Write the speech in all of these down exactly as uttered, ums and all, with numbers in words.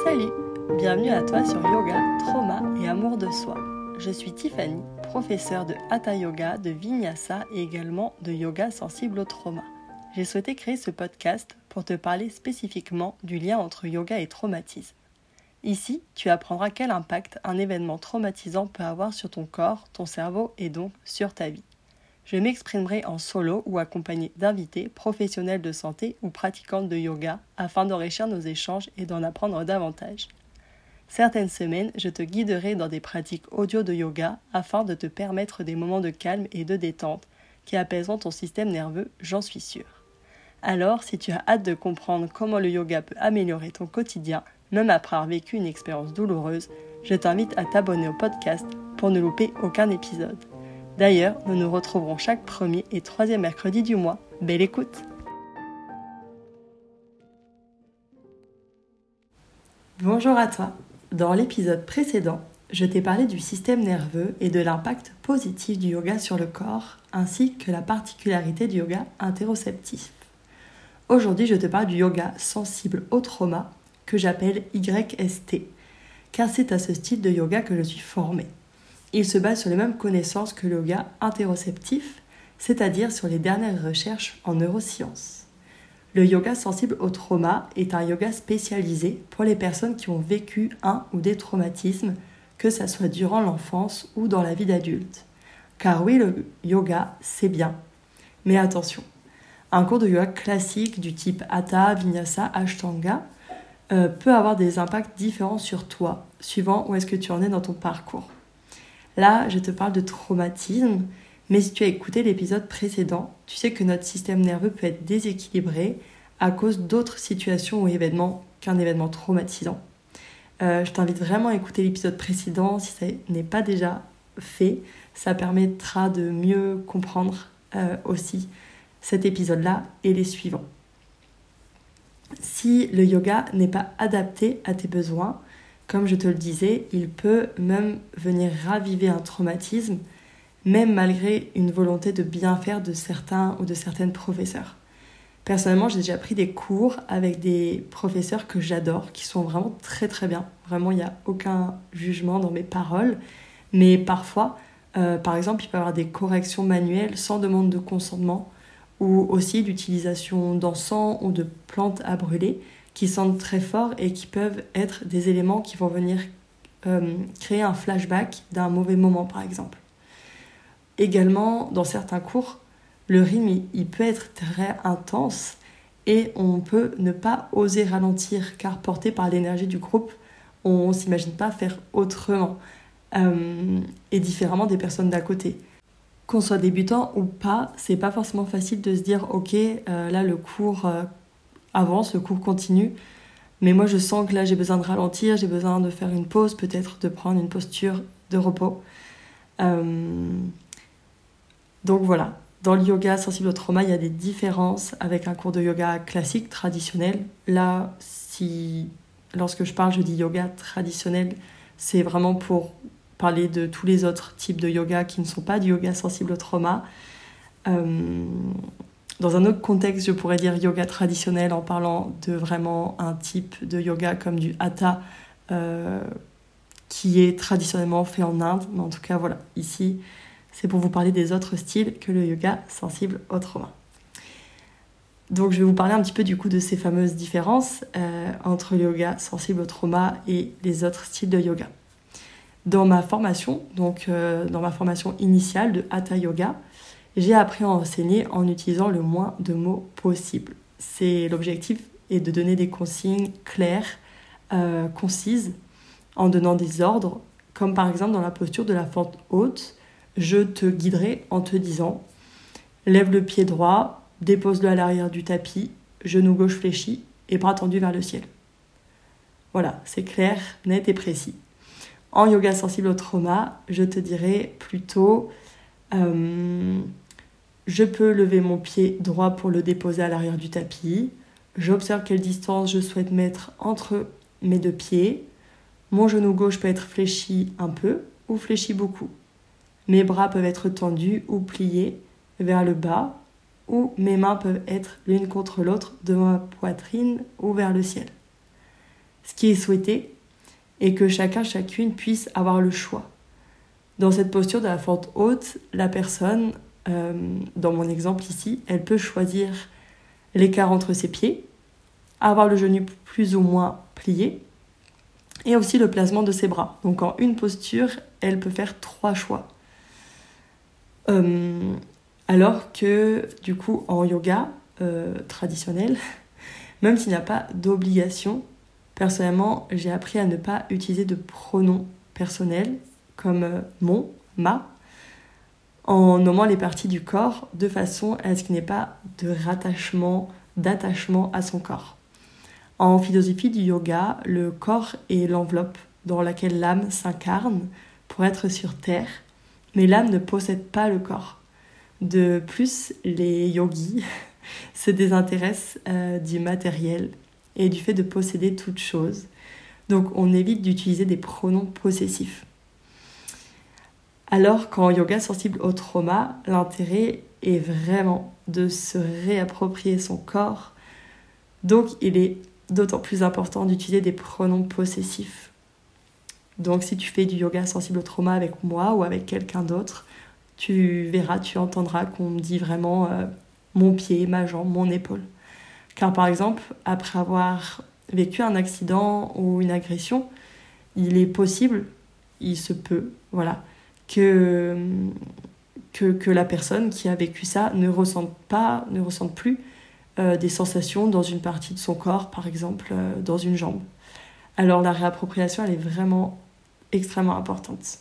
Salut, bienvenue à toi sur Yoga, Trauma et Amour de Soi. Je suis Tiffany, professeure de Hatha Yoga, de Vinyasa et également de Yoga sensible au trauma. J'ai souhaité créer ce podcast pour te parler spécifiquement du lien entre yoga et traumatisme. Ici, tu apprendras quel impact un événement traumatisant peut avoir sur ton corps, ton cerveau et donc sur ta vie. Je m'exprimerai en solo ou accompagné d'invités, professionnels de santé ou pratiquantes de yoga afin d'enrichir nos échanges et d'en apprendre davantage. Certaines semaines, je te guiderai dans des pratiques audio de yoga afin de te permettre des moments de calme et de détente qui apaiseront ton système nerveux, j'en suis sûre. Alors, si tu as hâte de comprendre comment le yoga peut améliorer ton quotidien, même après avoir vécu une expérience douloureuse, je t'invite à t'abonner au podcast pour ne louper aucun épisode. D'ailleurs, nous nous retrouverons chaque premier et troisième mercredi du mois. Belle écoute! Bonjour à toi! Dans l'épisode précédent, je t'ai parlé du système nerveux et de l'impact positif du yoga sur le corps, ainsi que la particularité du yoga interoceptif. Aujourd'hui, je te parle du yoga sensible au trauma, que j'appelle Y S T, car c'est à ce style de yoga que je suis formée. Il se base sur les mêmes connaissances que le yoga interoceptif, c'est-à-dire sur les dernières recherches en neurosciences. Le yoga sensible au trauma est un yoga spécialisé pour les personnes qui ont vécu un ou des traumatismes, que ce soit durant l'enfance ou dans la vie d'adulte. Car oui, le yoga, c'est bien. Mais attention, un cours de yoga classique du type Hatha, Vinyasa, Ashtanga euh, peut avoir des impacts différents sur toi, suivant où est-ce que tu en es dans ton parcours. Là, je te parle de traumatisme, mais si tu as écouté l'épisode précédent, tu sais que notre système nerveux peut être déséquilibré à cause d'autres situations ou événements qu'un événement traumatisant. Euh, je t'invite vraiment à écouter l'épisode précédent si ça n'est pas déjà fait. Ça permettra de mieux comprendre euh, aussi cet épisode-là et les suivants. Si le yoga n'est pas adapté à tes besoins, comme je te le disais, il peut même venir raviver un traumatisme, même malgré une volonté de bien faire de certains ou de certaines professeurs. Personnellement, j'ai déjà pris des cours avec des professeurs que j'adore, qui sont vraiment très très bien. Vraiment, il n'y a aucun jugement dans mes paroles. Mais parfois, euh, par exemple, il peut y avoir des corrections manuelles sans demande de consentement, ou aussi l'utilisation d'encens ou de plantes à brûler, qui sentent très fort et qui peuvent être des éléments qui vont venir euh, créer un flashback d'un mauvais moment, par exemple. Également, dans certains cours, le rythme, il, il peut être très intense et on peut ne pas oser ralentir, car porté par l'énergie du groupe, on ne s'imagine pas faire autrement euh, et différemment des personnes d'à côté. Qu'on soit débutant ou pas, c'est pas forcément facile de se dire « Ok, euh, là, le cours... Euh, avance, le cours continue, mais moi je sens que là j'ai besoin de ralentir, j'ai besoin de faire une pause, peut-être de prendre une posture de repos. Euh... Donc voilà, dans le yoga sensible au trauma, il y a des différences avec un cours de yoga classique, traditionnel. Là, si lorsque je parle, je dis yoga traditionnel, c'est vraiment pour parler de tous les autres types de yoga qui ne sont pas du yoga sensible au trauma. Euh... Dans un autre contexte, je pourrais dire yoga traditionnel en parlant de vraiment un type de yoga comme du Hatha euh, qui est traditionnellement fait en Inde. Mais en tout cas, voilà, ici, c'est pour vous parler des autres styles que le yoga sensible au trauma. Donc, je vais vous parler un petit peu du coup de ces fameuses différences euh, entre le yoga sensible au trauma et les autres styles de yoga. Dans ma formation, donc euh, dans ma formation initiale de Hatha Yoga, j'ai appris à enseigner en utilisant le moins de mots possible. C'est l'objectif est de donner des consignes claires, euh, concises, en donnant des ordres, comme par exemple dans la posture de la fente haute, je te guiderai en te disant « Lève le pied droit, dépose-le à l'arrière du tapis, genou gauche fléchi et bras tendus vers le ciel. » Voilà, c'est clair, net et précis. En yoga sensible au trauma, je te dirai plutôt... Euh, Je peux lever mon pied droit pour le déposer à l'arrière du tapis. J'observe quelle distance je souhaite mettre entre mes deux pieds. Mon genou gauche peut être fléchi un peu ou fléchi beaucoup. Mes bras peuvent être tendus ou pliés vers le bas, ou mes mains peuvent être l'une contre l'autre devant ma poitrine ou vers le ciel. ce qui est souhaité et que chacun, chacune puisse avoir le choix. Dans cette posture de la fente haute, la personne, euh, dans mon exemple ici, elle peut choisir l'écart entre ses pieds, avoir le genou plus ou moins plié, et aussi le placement de ses bras. Donc en une posture, elle peut faire trois choix. Euh, alors que du coup en yoga euh, traditionnel, même s'il n'y a pas d'obligation, personnellement j'ai appris à ne pas utiliser de pronoms personnels comme euh, mon, ma, en nommant les parties du corps de façon à ce qu'il n'y ait pas de rattachement, d'attachement à son corps. En philosophie du yoga, le corps est l'enveloppe dans laquelle l'âme s'incarne pour être sur terre, mais l'âme ne possède pas le corps. De plus, les yogis se désintéressent euh, du matériel et du fait de posséder toute chose. Donc on évite d'utiliser des pronoms possessifs. Alors qu'en yoga sensible au trauma, l'intérêt est vraiment de se réapproprier son corps. Donc il est d'autant plus important d'utiliser des pronoms possessifs. Donc si tu fais du yoga sensible au trauma avec moi ou avec quelqu'un d'autre, tu verras, tu entendras qu'on me dit vraiment euh, mon pied, ma jambe, mon épaule. Car par exemple, après avoir vécu un accident ou une agression, il est possible, il se peut, voilà, que, que, que la personne qui a vécu ça ne ressente pas, ne ressente plus euh, des sensations dans une partie de son corps, par exemple euh, dans une jambe. Alors la réappropriation, elle est vraiment extrêmement importante.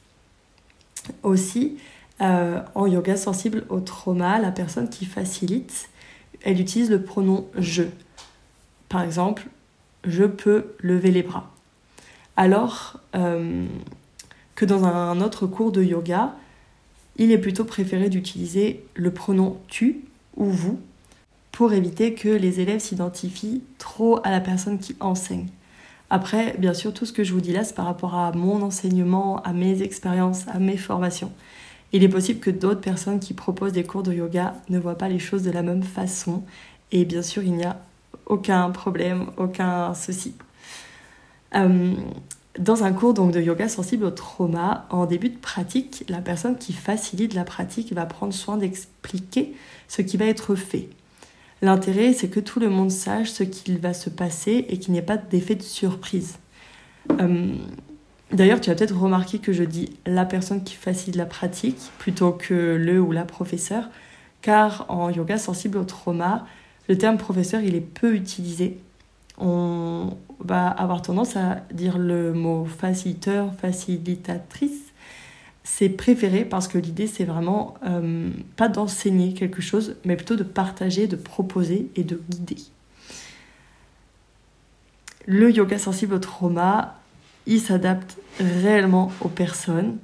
Aussi, euh, en yoga sensible au trauma, la personne qui facilite, elle utilise le pronom « je ». Par exemple, « je peux lever les bras ». Alors euh, que dans un autre cours de yoga, il est plutôt préféré d'utiliser le pronom « tu » ou « vous » pour éviter que les élèves s'identifient trop à la personne qui enseigne. Après, bien sûr, tout ce que je vous dis là, c'est par rapport à mon enseignement, à mes expériences, à mes formations. Il est possible que d'autres personnes qui proposent des cours de yoga ne voient pas les choses de la même façon. Et bien sûr, il n'y a aucun problème, aucun souci. Euh, dans un cours donc, de yoga sensible au trauma, en début de pratique, la personne qui facilite la pratique va prendre soin d'expliquer ce qui va être fait. L'intérêt, c'est que tout le monde sache ce qu'il va se passer et qu'il n'y ait pas d'effet de surprise. Euh, D'ailleurs, tu as peut-être remarqué que je dis la personne qui facilite la pratique plutôt que le ou la professeur, car en yoga sensible au trauma, le terme professeur, il est peu utilisé. On va avoir tendance à dire le mot faciliteur, facilitatrice. C'est préféré parce que l'idée, c'est vraiment euh, pas d'enseigner quelque chose, mais plutôt de partager, de proposer et de guider. Le yoga sensible au trauma, il s'adapte réellement aux personnes.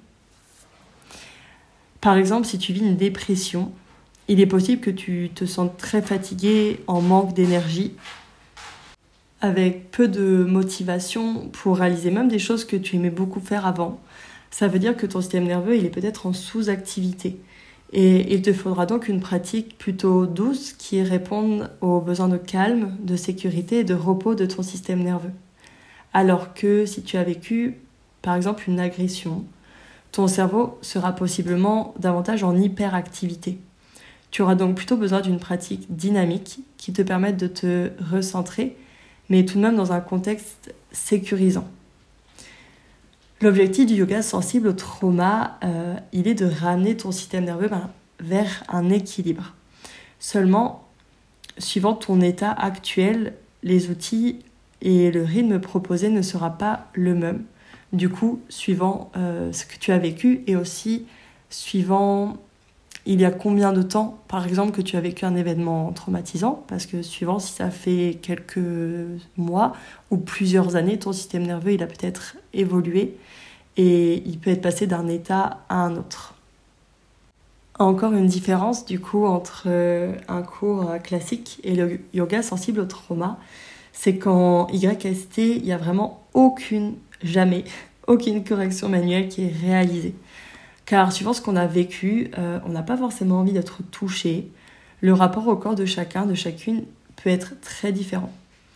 Par exemple, si tu vis une dépression, il est possible que tu te sentes très fatigué, en manque d'énergie, avec peu de motivation pour réaliser même des choses que tu aimais beaucoup faire avant. Ça veut dire que ton système nerveux, il est peut-être en sous-activité. Et il te faudra donc une pratique plutôt douce qui réponde aux besoins de calme, de sécurité et de repos de ton système nerveux. Alors que si tu as vécu, par exemple, une agression, ton cerveau sera possiblement davantage en hyperactivité. Tu auras donc plutôt besoin d'une pratique dynamique qui te permette de te recentrer, mais tout de même dans un contexte sécurisant. L'objectif du yoga sensible au trauma, euh, il est de ramener ton système nerveux ben, vers un équilibre. Seulement, suivant ton état actuel, les outils et le rythme proposé ne sera pas le même. Du coup, suivant euh, ce que tu as vécu et aussi suivant il y a combien de temps, par exemple, que tu as vécu un événement traumatisant, parce que suivant si ça fait quelques mois ou plusieurs années, ton système nerveux il a peut-être évolué et il peut être passé d'un état à un autre. Encore une différence du coup entre un cours classique et le yoga sensible au trauma, c'est qu'en Y S T, il n'y a vraiment aucune, jamais, aucune correction manuelle qui est réalisée. Car suivant ce qu'on a vécu, euh, on n'a pas forcément envie d'être touché. Le rapport au corps de chacun, de chacune, peut être très différent.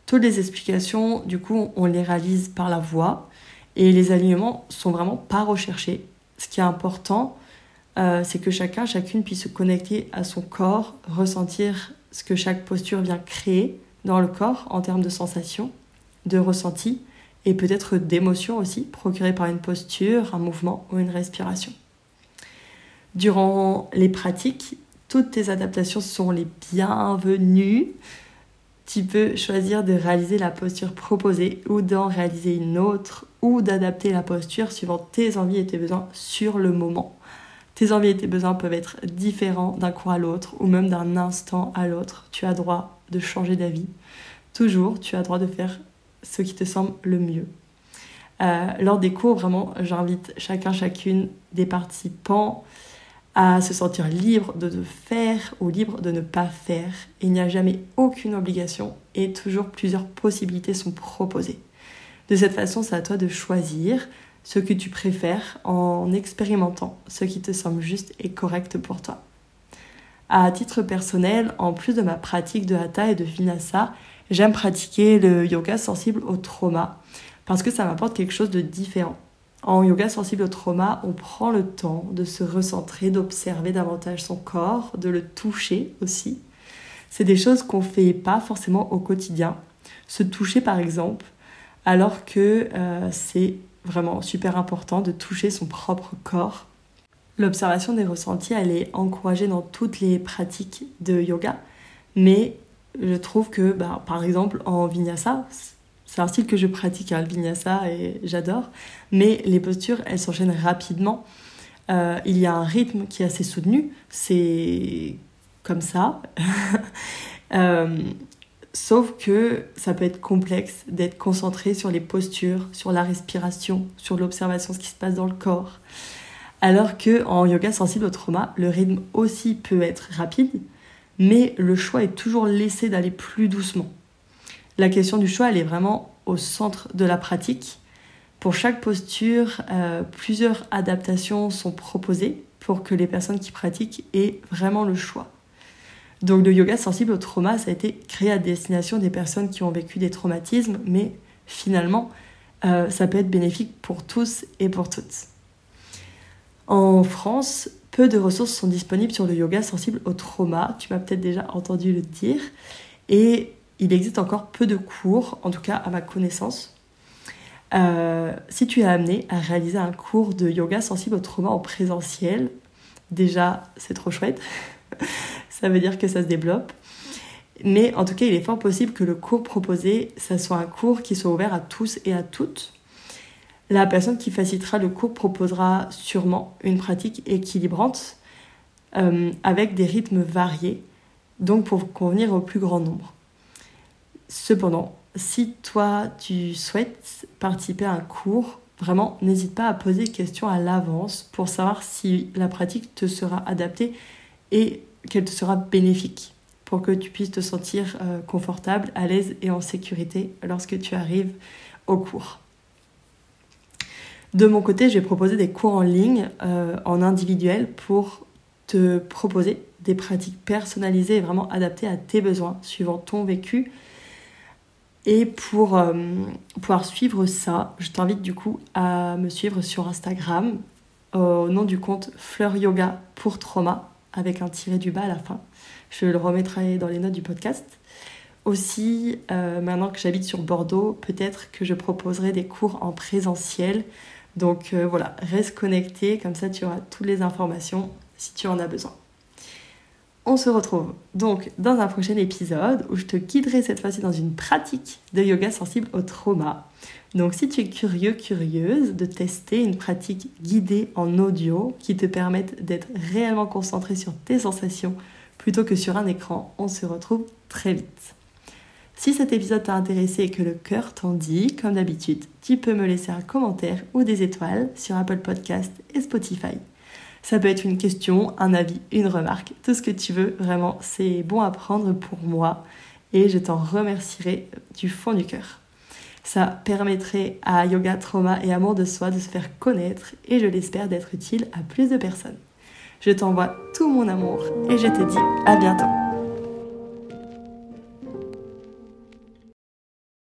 Toutes les explications, du coup, on les réalise par la voix et les alignements sont vraiment pas recherchés. Ce qui est important, euh, c'est que chacun, chacune puisse se connecter à son corps, ressentir ce que chaque posture vient créer dans le corps en termes de sensations, de ressentis et peut-être d'émotions aussi, procurées par une posture, un mouvement ou une respiration. Durant les pratiques, toutes tes adaptations sont les bienvenues. Tu peux choisir de réaliser la posture proposée ou d'en réaliser une autre ou d'adapter la posture suivant tes envies et tes besoins sur le moment. Tes envies et tes besoins peuvent être différents d'un cours à l'autre ou même d'un instant à l'autre. Tu as droit de changer d'avis. Toujours, tu as droit de faire ce qui te semble le mieux. Euh, lors des cours, vraiment, j'invite chacun, chacune des participants à se sentir libre de, de faire ou libre de ne pas faire. Il n'y a jamais aucune obligation et toujours plusieurs possibilités sont proposées. De cette façon, c'est à toi de choisir ce que tu préfères en expérimentant ce qui te semble juste et correct pour toi. À titre personnel, en plus de ma pratique de Hatha et de Vinyasa, j'aime pratiquer le yoga sensible au trauma parce que ça m'apporte quelque chose de différent. En yoga sensible au trauma, on prend le temps de se recentrer, d'observer davantage son corps, de le toucher aussi. C'est des choses qu'on ne fait pas forcément au quotidien. Se toucher par exemple, alors que euh, c'est vraiment super important de toucher son propre corps. L'observation des ressentis, elle est encouragée dans toutes les pratiques de yoga, mais je trouve que, bah, par exemple, en Vinyasa, c'est un style que je pratique, hein, le Vinyasa, et j'adore, mais les postures, elles s'enchaînent rapidement. Euh, il y a un rythme qui est assez soutenu, c'est comme ça. euh, sauf que ça peut être complexe d'être concentré sur les postures, sur la respiration, sur l'observation de ce qui se passe dans le corps. Alors qu'en yoga sensible au trauma, le rythme aussi peut être rapide, mais le choix est toujours laissé d'aller plus doucement. La question du choix, elle est vraiment au centre de la pratique. Pour chaque posture, euh, plusieurs adaptations sont proposées pour que les personnes qui pratiquent aient vraiment le choix. Donc le yoga sensible au trauma, ça a été créé à destination des personnes qui ont vécu des traumatismes, mais finalement, euh, ça peut être bénéfique pour tous et pour toutes. En France, peu de ressources sont disponibles sur le yoga sensible au trauma, tu m'as peut-être déjà entendu le dire, et il existe encore peu de cours, en tout cas à ma connaissance. Euh, si tu es amené à réaliser un cours de yoga sensible au trauma en présentiel, déjà c'est trop chouette, ça veut dire que ça se développe. Mais en tout cas, il est fort possible que le cours proposé, ça soit un cours qui soit ouvert à tous et à toutes. La personne qui facilitera le cours proposera sûrement une pratique équilibrante euh, avec des rythmes variés, donc pour convenir au plus grand nombre. Cependant, si toi tu souhaites participer à un cours, vraiment n'hésite pas à poser des questions à l'avance pour savoir si la pratique te sera adaptée et qu'elle te sera bénéfique pour que tu puisses te sentir euh, confortable, à l'aise et en sécurité lorsque tu arrives au cours. De mon côté, j'ai proposé des cours en ligne, euh, en individuel, pour te proposer des pratiques personnalisées et vraiment adaptées à tes besoins, suivant ton vécu. Et pour euh, pouvoir suivre ça, je t'invite du coup à me suivre sur Instagram au nom du compte Fleur Yoga pour Trauma, avec un tiré du bas à la fin. Je le remettrai dans les notes du podcast. Aussi, euh, maintenant que j'habite sur Bordeaux, peut-être que je proposerai des cours en présentiel. Donc euh, voilà, reste connecté, comme ça tu auras toutes les informations si tu en as besoin. On se retrouve donc dans un prochain épisode où je te guiderai cette fois-ci dans une pratique de yoga sensible au trauma. Donc si tu es curieux, curieuse de tester une pratique guidée en audio qui te permette d'être réellement concentré sur tes sensations plutôt que sur un écran, on se retrouve très vite. Si cet épisode t'a intéressé et que le cœur t'en dit, comme d'habitude, tu peux me laisser un commentaire ou des étoiles sur Apple Podcast et Spotify. Ça peut être une question, un avis, une remarque, tout ce que tu veux. Vraiment, c'est bon à prendre pour moi et je t'en remercierai du fond du cœur. Ça permettrait à Yoga Trauma et Amour de Soi de se faire connaître et je l'espère d'être utile à plus de personnes. Je t'envoie tout mon amour et je te dis à bientôt.